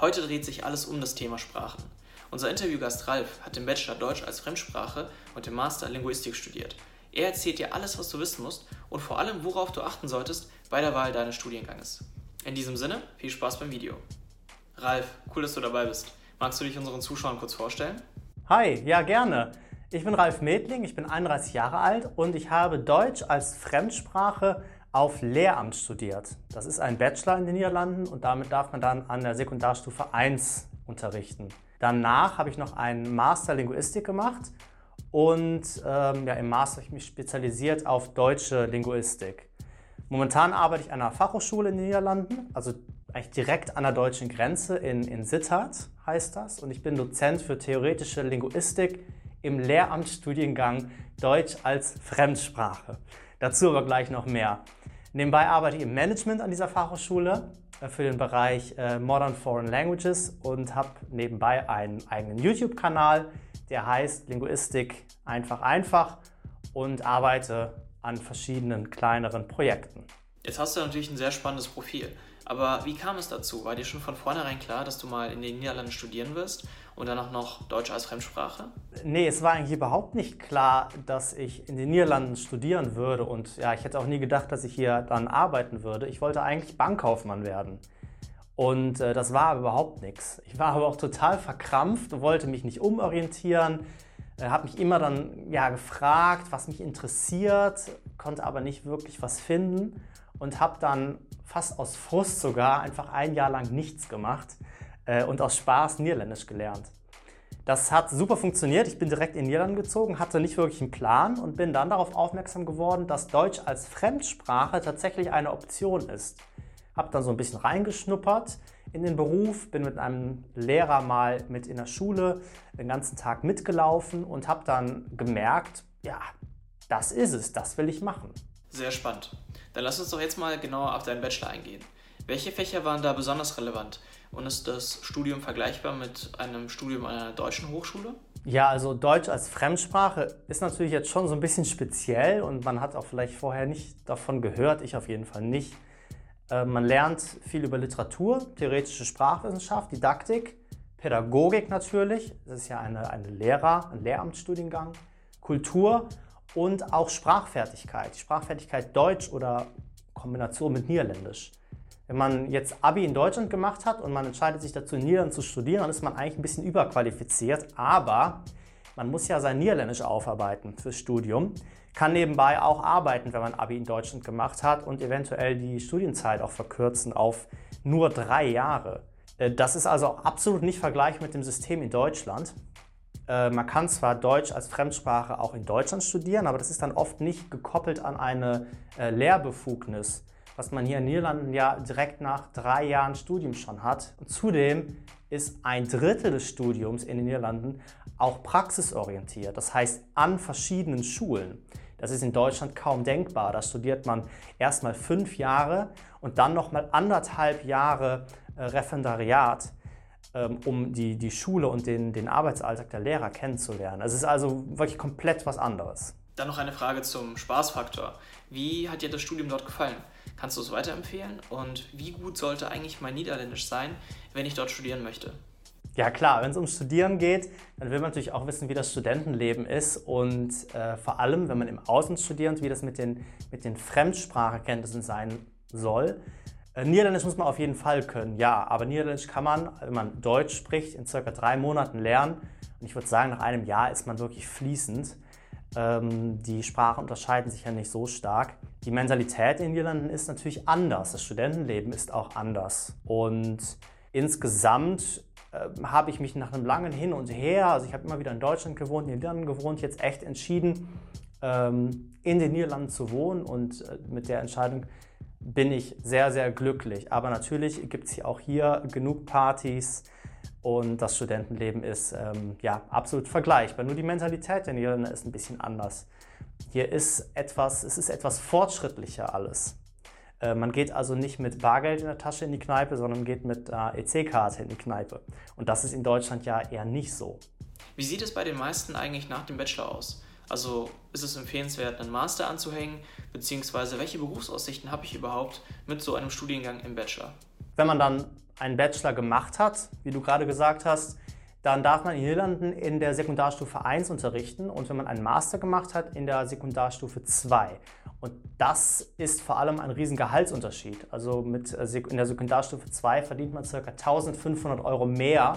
Heute dreht sich alles um das Thema Sprachen. Unser Interviewgast Ralf hat im Bachelor Deutsch als Fremdsprache und im Master Linguistik studiert. Er erzählt dir alles, was du wissen musst und vor allem, worauf du achten solltest bei der Wahl deines Studienganges. In diesem Sinne, viel Spaß beim Video. Ralf, cool, dass du dabei bist. Magst du dich unseren Zuschauern kurz vorstellen? Hi, ja gerne. Ich bin Ralf Medling, ich bin 31 Jahre alt und ich habe Deutsch als Fremdsprache auf Lehramt studiert. Das ist ein Bachelor in den Niederlanden und damit darf man dann an der Sekundarstufe 1 unterrichten. Danach habe ich noch einen Master Linguistik gemacht und im Master habe ich mich spezialisiert auf deutsche Linguistik. Momentan arbeite ich an einer Fachhochschule in den Niederlanden, also eigentlich direkt an der deutschen Grenze in Sittard heißt das. Und ich bin Dozent für theoretische Linguistik im Lehramtsstudiengang Deutsch als Fremdsprache. Dazu aber gleich noch mehr. Nebenbei arbeite ich im Management an dieser Fachhochschule für den Bereich Modern Foreign Languages und habe nebenbei einen eigenen YouTube-Kanal, der heißt Linguistik einfach und arbeite an verschiedenen kleineren Projekten. Jetzt hast du natürlich ein sehr spannendes Profil. Aber wie kam es dazu? War dir schon von vornherein klar, dass du mal in den Niederlanden studieren wirst und dann auch noch Deutsch als Fremdsprache? Nee, es war eigentlich überhaupt nicht klar, dass ich in den Niederlanden studieren würde. Und ja, ich hätte auch nie gedacht, dass ich hier dann arbeiten würde. Ich wollte eigentlich Bankkaufmann werden. Und das war aber überhaupt nichts. Ich war aber auch total verkrampft, wollte mich nicht umorientieren, habe mich immer dann gefragt, was mich interessiert, konnte aber nicht wirklich was finden und habe dann fast aus Frust sogar einfach ein Jahr lang nichts gemacht und aus Spaß Niederländisch gelernt. Das hat super funktioniert. Ich bin direkt in die Niederlande gezogen, hatte nicht wirklich einen Plan und bin dann darauf aufmerksam geworden, dass Deutsch als Fremdsprache tatsächlich eine Option ist. Habe dann so ein bisschen reingeschnuppert in den Beruf, bin mit einem Lehrer mal mit in der Schule den ganzen Tag mitgelaufen und habe dann gemerkt, ja, das ist es, das will ich machen. Sehr spannend. Dann lass uns doch jetzt mal genauer auf deinen Bachelor eingehen. Welche Fächer waren da besonders relevant? Und ist das Studium vergleichbar mit einem Studium an einer deutschen Hochschule? Ja, also Deutsch als Fremdsprache ist natürlich jetzt schon so ein bisschen speziell und man hat auch vielleicht vorher nicht davon gehört, ich auf jeden Fall nicht. Man lernt viel über Literatur, theoretische Sprachwissenschaft, Didaktik, Pädagogik natürlich, das ist ja ein Lehramtsstudiengang, Kultur und auch Sprachfertigkeit. Sprachfertigkeit Deutsch oder Kombination mit Niederländisch. Wenn man jetzt Abi in Deutschland gemacht hat und man entscheidet sich dazu, in Niederlande zu studieren, dann ist man eigentlich ein bisschen überqualifiziert, aber man muss ja sein Niederländisch aufarbeiten fürs Studium, kann nebenbei auch arbeiten, wenn man Abi in Deutschland gemacht hat und eventuell die Studienzeit auch verkürzen auf nur 3 Jahre. Das ist also absolut nicht vergleichbar mit dem System in Deutschland. Man kann zwar Deutsch als Fremdsprache auch in Deutschland studieren, aber das ist dann oft nicht gekoppelt an eine Lehrbefugnis, was man hier in den Niederlanden ja direkt nach 3 Jahren Studium schon hat. Und zudem ist 1/3 des Studiums in den Niederlanden auch praxisorientiert, das heißt an verschiedenen Schulen. Das ist in Deutschland kaum denkbar. Da studiert man erstmal 5 Jahre und dann nochmal 1,5 Jahre Referendariat, um die Schule und den Arbeitsalltag der Lehrer kennenzulernen. Es ist also wirklich komplett was anderes. Dann noch eine Frage zum Spaßfaktor. Wie hat dir das Studium dort gefallen? Kannst du es weiterempfehlen? Und wie gut sollte eigentlich mein Niederländisch sein, wenn ich dort studieren möchte? Ja klar, wenn es um Studieren geht, dann will man natürlich auch wissen, wie das Studentenleben ist und vor allem, wenn man im Ausland studiert, wie das mit den Fremdsprachkenntnissen sein soll. Niederländisch muss man auf jeden Fall können, ja, aber Niederländisch kann man, wenn man Deutsch spricht, in ca. 3 Monaten lernen. Und ich würde sagen, nach einem Jahr ist man wirklich fließend. Die Sprachen unterscheiden sich ja nicht so stark. Die Mentalität in den Niederlanden ist natürlich anders. Das Studentenleben ist auch anders. Und insgesamt habe ich mich nach einem langen Hin und Her, also ich habe immer wieder in Deutschland gewohnt, in den Niederlanden gewohnt, jetzt echt entschieden, in den Niederlanden zu wohnen und mit der Entscheidung bin ich sehr, sehr glücklich. Aber natürlich gibt es auch hier genug Partys und das Studentenleben ist absolut vergleichbar. Nur die Mentalität der Niederländer ist ein bisschen anders. Hier ist es ist etwas fortschrittlicher alles. Man geht also nicht mit Bargeld in der Tasche in die Kneipe, sondern geht mit EC-Karte in die Kneipe. Und das ist in Deutschland ja eher nicht so. Wie sieht es bei den meisten eigentlich nach dem Bachelor aus? Also ist es empfehlenswert, einen Master anzuhängen, beziehungsweise welche Berufsaussichten habe ich überhaupt mit so einem Studiengang im Bachelor? Wenn man dann einen Bachelor gemacht hat, wie du gerade gesagt hast, dann darf man in den Niederlanden in der Sekundarstufe 1 unterrichten und wenn man einen Master gemacht hat, in der Sekundarstufe 2. Und das ist vor allem ein riesen Gehaltsunterschied. Also in der Sekundarstufe 2 verdient man ca. 1.500 € mehr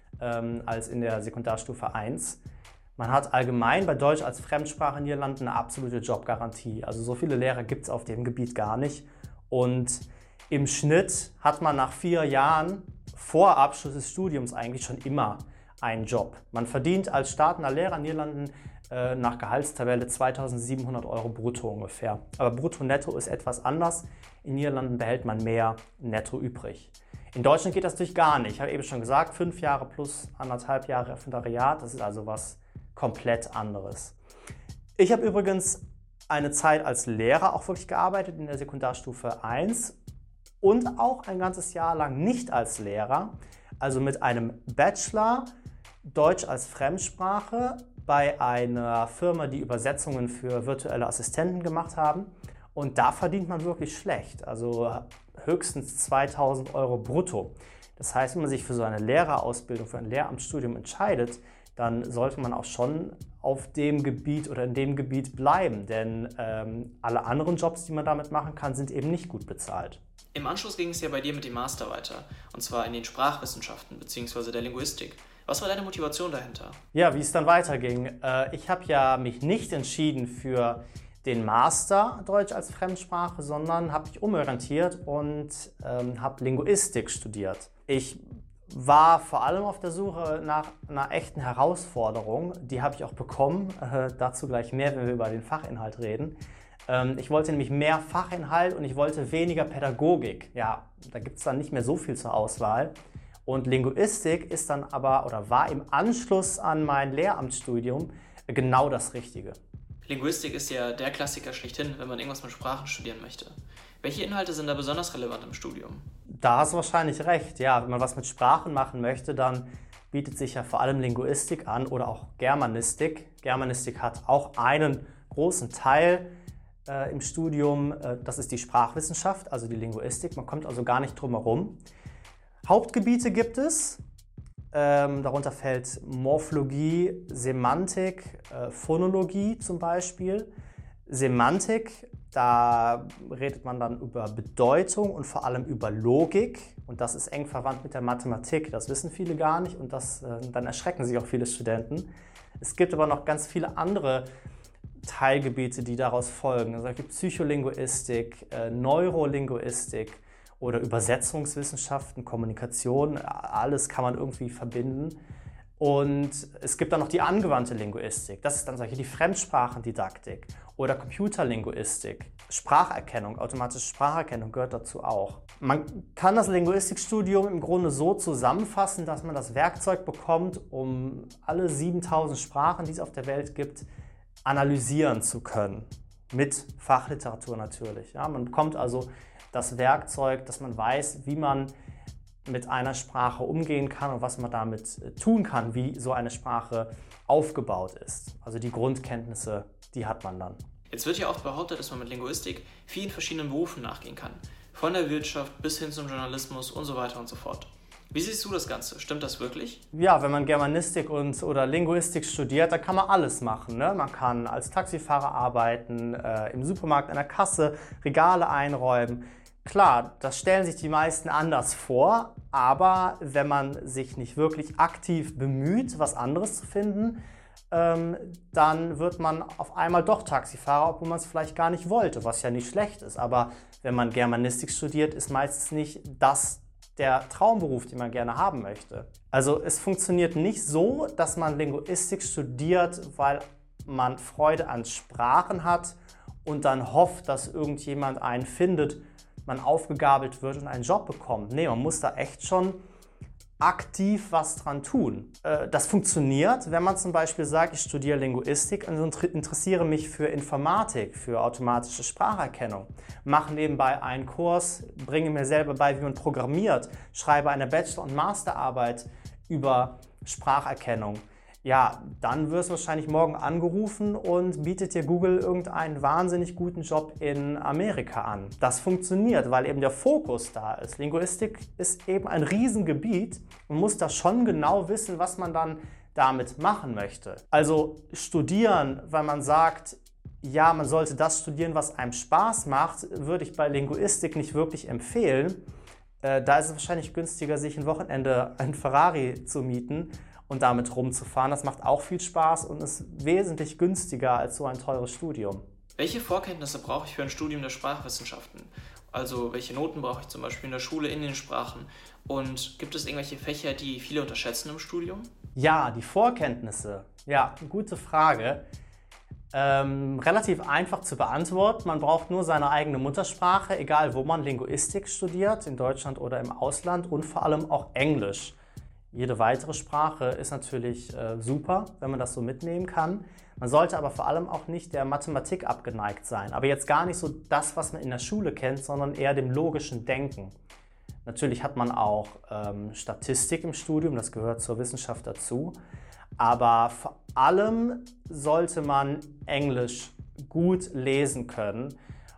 als in der Sekundarstufe 1. Man hat allgemein bei Deutsch als Fremdsprache in den Niederlanden eine absolute Jobgarantie. Also so viele Lehrer gibt es auf dem Gebiet gar nicht. Und im Schnitt hat man nach 4 Jahren vor Abschluss des Studiums eigentlich schon immer einen Job. Man verdient als startender Lehrer in den Niederlanden nach Gehaltstabelle 2.700 € brutto ungefähr. Aber brutto-netto ist etwas anders. In den Niederlanden behält man mehr netto übrig. In Deutschland geht das natürlich gar nicht. Ich habe eben schon gesagt, 5 Jahre plus 1,5 Jahre Referendariat, das ist also was komplett anderes. Ich habe übrigens eine Zeit als Lehrer auch wirklich gearbeitet in der Sekundarstufe 1 und auch ein ganzes Jahr lang nicht als Lehrer, also mit einem Bachelor Deutsch als Fremdsprache bei einer Firma, die Übersetzungen für virtuelle Assistenten gemacht haben. Und da verdient man wirklich schlecht, also höchstens 2.000 € brutto. Das heißt, wenn man sich für so eine Lehrerausbildung, für ein Lehramtsstudium entscheidet, dann sollte man auch schon auf dem Gebiet oder in dem Gebiet bleiben, denn alle anderen Jobs, die man damit machen kann, sind eben nicht gut bezahlt. Im Anschluss ging es ja bei dir mit dem Master weiter, und zwar in den Sprachwissenschaften bzw. der Linguistik. Was war deine Motivation dahinter? Ja, wie es dann weiterging. Ich habe ja mich nicht entschieden für den Master Deutsch als Fremdsprache, sondern habe mich umorientiert und habe Linguistik studiert. Ich war vor allem auf der Suche nach einer echten Herausforderung. Die habe ich auch bekommen. Dazu gleich mehr, wenn wir über den Fachinhalt reden. Ich wollte nämlich mehr Fachinhalt und ich wollte weniger Pädagogik. Ja, da gibt es dann nicht mehr so viel zur Auswahl. Und Linguistik ist dann aber oder war im Anschluss an mein Lehramtsstudium genau das Richtige. Linguistik ist ja der Klassiker schlechthin, wenn man irgendwas mit Sprachen studieren möchte. Welche Inhalte sind da besonders relevant im Studium? Da hast du wahrscheinlich recht. Ja, wenn man was mit Sprachen machen möchte, dann bietet sich ja vor allem Linguistik an oder auch Germanistik. Germanistik hat auch einen großen Teil im Studium, das ist die Sprachwissenschaft, also die Linguistik. Man kommt also gar nicht drum herum. Hauptgebiete gibt es, darunter fällt Morphologie, Semantik, Phonologie zum Beispiel. Semantik, da redet man dann über Bedeutung und vor allem über Logik und das ist eng verwandt mit der Mathematik, das wissen viele gar nicht und dann erschrecken sich auch viele Studenten. Es gibt aber noch ganz viele andere Teilgebiete, die daraus folgen. Also es gibt Psycholinguistik, Neurolinguistik, oder Übersetzungswissenschaften, Kommunikation, alles kann man irgendwie verbinden. Und es gibt dann noch die angewandte Linguistik, das ist dann solche die Fremdsprachendidaktik oder Computerlinguistik, Spracherkennung, automatische Spracherkennung gehört dazu auch. Man kann das Linguistikstudium im Grunde so zusammenfassen, dass man das Werkzeug bekommt, um alle 7.000 Sprachen, die es auf der Welt gibt, analysieren zu können. Mit Fachliteratur natürlich. Ja, man bekommt also das Werkzeug, dass man weiß, wie man mit einer Sprache umgehen kann und was man damit tun kann, wie so eine Sprache aufgebaut ist. Also die Grundkenntnisse, die hat man dann. Jetzt wird ja oft behauptet, dass man mit Linguistik vielen verschiedenen Berufen nachgehen kann. Von der Wirtschaft bis hin zum Journalismus und so weiter und so fort. Wie siehst du das Ganze? Stimmt das wirklich? Ja, wenn man Germanistik oder Linguistik studiert, dann kann man alles machen. Ne? Man kann als Taxifahrer arbeiten, im Supermarkt an der Kasse Regale einräumen. Klar, das stellen sich die meisten anders vor, aber wenn man sich nicht wirklich aktiv bemüht, was anderes zu finden, dann wird man auf einmal doch Taxifahrer, obwohl man es vielleicht gar nicht wollte, was ja nicht schlecht ist. Aber wenn man Germanistik studiert, ist meistens nicht das der Traumberuf, den man gerne haben möchte. Also es funktioniert nicht so, dass man Linguistik studiert, weil man Freude an Sprachen hat und dann hofft, dass irgendjemand einen findet, man aufgegabelt wird und einen Job bekommt. Nee, man muss da echt schon aktiv was dran tun. Das funktioniert, wenn man zum Beispiel sagt, ich studiere Linguistik und interessiere mich für Informatik, für automatische Spracherkennung, mache nebenbei einen Kurs, bringe mir selber bei, wie man programmiert, schreibe eine Bachelor- und Masterarbeit über Spracherkennung. ja, dann wirst du wahrscheinlich morgen angerufen und bietet dir Google irgendeinen wahnsinnig guten Job in Amerika an. Das funktioniert, weil eben der Fokus da ist. Linguistik ist eben ein Riesengebiet und muss da schon genau wissen, was man dann damit machen möchte. Also studieren, weil man sagt, ja, man sollte das studieren, was einem Spaß macht, würde ich bei Linguistik nicht wirklich empfehlen. Da ist es wahrscheinlich günstiger, sich ein Wochenende ein Ferrari zu mieten und damit rumzufahren. Das macht auch viel Spaß und ist wesentlich günstiger als so ein teures Studium. Welche Vorkenntnisse brauche ich für ein Studium der Sprachwissenschaften? Also welche Noten brauche ich zum Beispiel in der Schule in den Sprachen? Und gibt es irgendwelche Fächer, die viele unterschätzen im Studium? Ja, die Vorkenntnisse. Ja, gute Frage. Relativ einfach zu beantworten. Man braucht nur seine eigene Muttersprache, egal wo man Linguistik studiert, in Deutschland oder im Ausland, und vor allem auch Englisch. Jede weitere Sprache ist natürlich super, wenn man das so mitnehmen kann. Man sollte aber vor allem auch nicht der Mathematik abgeneigt sein. Aber jetzt gar nicht so das, was man in der Schule kennt, sondern eher dem logischen Denken. Natürlich hat man auch Statistik im Studium, das gehört zur Wissenschaft dazu. Aber vor allem sollte man Englisch gut lesen können.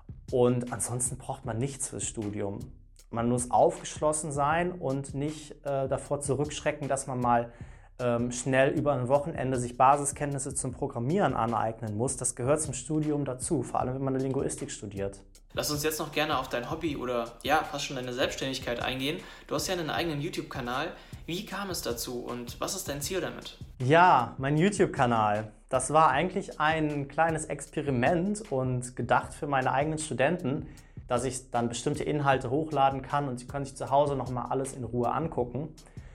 Und ansonsten braucht man nichts fürs Studium. Man muss aufgeschlossen sein und nicht davor zurückschrecken, dass man mal schnell über ein Wochenende sich Basiskenntnisse zum Programmieren aneignen muss. Das gehört zum Studium dazu, vor allem wenn man eine Linguistik studiert. Lass uns jetzt noch gerne auf dein Hobby oder ja, fast schon deine Selbstständigkeit eingehen. Du hast ja einen eigenen YouTube-Kanal. Wie kam es dazu und was ist dein Ziel damit? Ja, mein YouTube-Kanal. Das war eigentlich ein kleines Experiment und gedacht für meine eigenen Studenten, dass ich dann bestimmte Inhalte hochladen kann und sie können sich zu Hause nochmal alles in Ruhe angucken.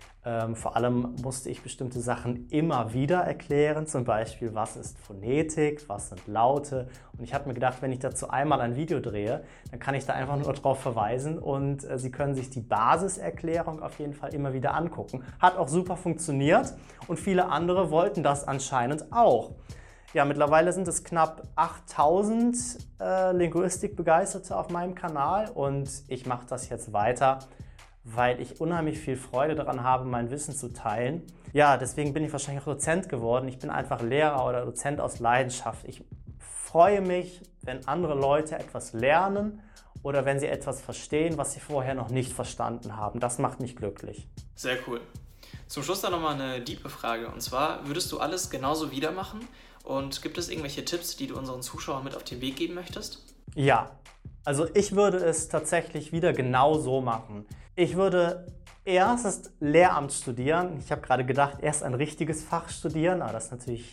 Vor allem musste ich bestimmte Sachen immer wieder erklären, zum Beispiel, was ist Phonetik, was sind Laute. Und ich habe mir gedacht, wenn ich dazu einmal ein Video drehe, dann kann ich da einfach nur darauf verweisen und Sie können sich die Basiserklärung auf jeden Fall immer wieder angucken. Hat auch super funktioniert und viele andere wollten das anscheinend auch. Ja, mittlerweile sind es knapp 8000 Linguistikbegeisterte auf meinem Kanal und ich mache das jetzt weiter, weil ich unheimlich viel Freude daran habe, mein Wissen zu teilen. Ja, deswegen bin ich wahrscheinlich auch Dozent geworden. Ich bin einfach Lehrer oder Dozent aus Leidenschaft. Ich freue mich, wenn andere Leute etwas lernen oder wenn sie etwas verstehen, was sie vorher noch nicht verstanden haben. Das macht mich glücklich. Sehr cool. Zum Schluss dann nochmal eine tiefe Frage. Und zwar, würdest du alles genauso wieder machen? Und gibt es irgendwelche Tipps, die du unseren Zuschauern mit auf den Weg geben möchtest? Ja, also ich würde es tatsächlich wieder genau so machen. Ich würde erst Lehramt studieren. Ich habe gerade gedacht, erst ein richtiges Fach studieren, aber das ist natürlich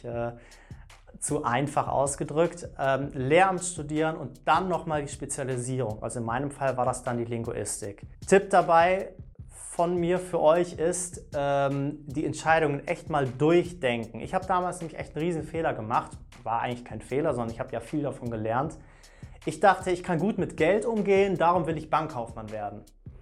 zu einfach ausgedrückt. Lehramt studieren und dann nochmal die Spezialisierung. Also in meinem Fall war das dann die Linguistik. Tipp dabei von mir für euch ist, die Entscheidungen echt mal durchdenken. Ich habe damals nämlich echt einen riesen Fehler gemacht. War eigentlich kein Fehler, sondern ich habe ja viel davon gelernt. Ich dachte, ich kann gut mit Geld umgehen, darum will ich Bankkaufmann werden.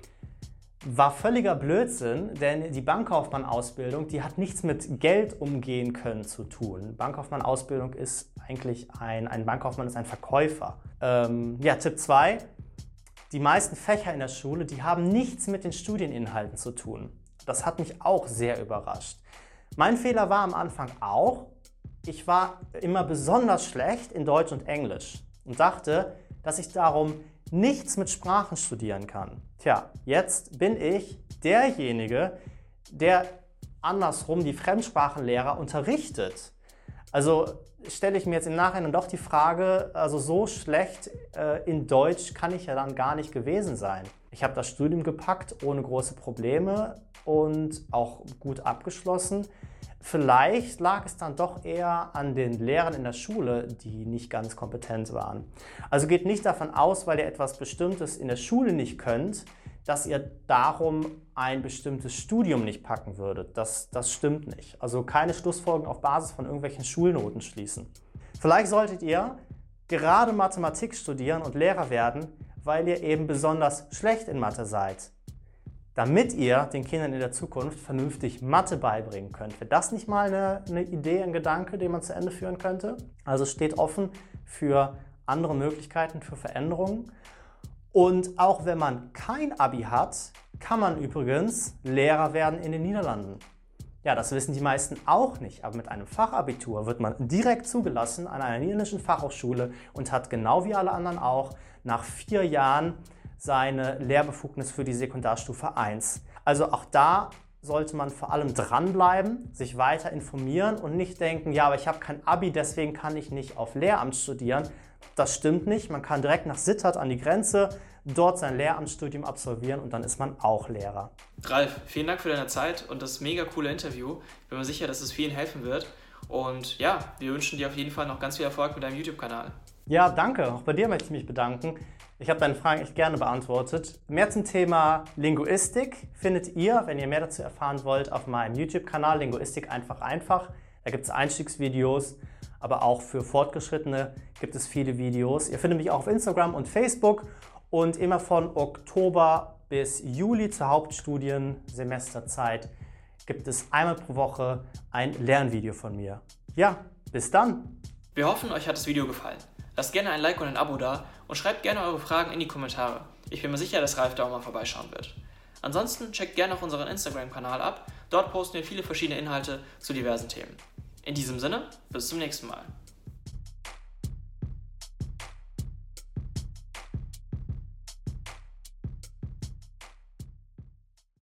War völliger Blödsinn, denn die Bankkaufmann-Ausbildung, die hat nichts mit Geld umgehen können zu tun. Bankkaufmann-Ausbildung ist eigentlich ein Bankkaufmann ist ein Verkäufer. Ja, Tipp 2. Die meisten Fächer in der Schule, die haben nichts mit den Studieninhalten zu tun. Das hat mich auch sehr überrascht. Mein Fehler war am Anfang auch, ich war immer besonders schlecht in Deutsch und Englisch und dachte, dass ich darum nichts mit Sprachen studieren kann. Tja, jetzt bin ich derjenige, der andersrum die Fremdsprachenlehrer unterrichtet. Also stelle ich mir jetzt im Nachhinein doch die Frage, also so schlecht in Deutsch kann ich ja dann gar nicht gewesen sein. Ich habe das Studium gepackt ohne große Probleme und auch gut abgeschlossen. Vielleicht lag es dann doch eher an den Lehrern in der Schule, die nicht ganz kompetent waren. Also geht nicht davon aus, weil ihr etwas Bestimmtes in der Schule nicht könnt, dass ihr darum ein bestimmtes Studium nicht packen würdet. Das stimmt nicht. Also keine Schlussfolgerungen auf Basis von irgendwelchen Schulnoten schließen. Vielleicht solltet ihr gerade Mathematik studieren und Lehrer werden, weil ihr eben besonders schlecht in Mathe seid. Damit ihr den Kindern in der Zukunft vernünftig Mathe beibringen könnt. Wäre das nicht mal eine Idee, ein Gedanke, den man zu Ende führen könnte? Also steht offen für andere Möglichkeiten, für Veränderungen. Und auch wenn man kein Abi hat, kann man übrigens Lehrer werden in den Niederlanden. Ja, das wissen die meisten auch nicht, aber mit einem Fachabitur wird man direkt zugelassen an einer niederländischen Fachhochschule und hat genau wie alle anderen auch nach 4 Jahren seine Lehrbefugnis für die Sekundarstufe 1. Also auch da sollte man vor allem dranbleiben, sich weiter informieren und nicht denken, ja, aber ich habe kein Abi, deswegen kann ich nicht auf Lehramt studieren. Das stimmt nicht. Man kann direkt nach Sittard an die Grenze, dort sein Lehramtsstudium absolvieren und dann ist man auch Lehrer. Ralf, vielen Dank für deine Zeit und das mega coole Interview. Ich bin mir sicher, dass es vielen helfen wird. Und ja, wir wünschen dir auf jeden Fall noch ganz viel Erfolg mit deinem YouTube-Kanal. Ja, danke. Auch bei dir möchte ich mich bedanken. Ich habe deine Fragen echt gerne beantwortet. Mehr zum Thema Linguistik findet ihr, wenn ihr mehr dazu erfahren wollt, auf meinem YouTube-Kanal Linguistik einfach. Da gibt es Einstiegsvideos, aber auch für Fortgeschrittene gibt es viele Videos. Ihr findet mich auch auf Instagram und Facebook und immer von Oktober bis Juli zur Hauptstudiensemesterzeit gibt es einmal pro Woche ein Lernvideo von mir. Ja, bis dann! Wir hoffen, euch hat das Video gefallen. Lasst gerne ein Like und ein Abo da und schreibt gerne eure Fragen in die Kommentare. Ich bin mir sicher, dass Ralf da auch mal vorbeischauen wird. Ansonsten checkt gerne auch unseren Instagram-Kanal ab. Dort posten wir viele verschiedene Inhalte zu diversen Themen. In diesem Sinne, bis zum nächsten Mal.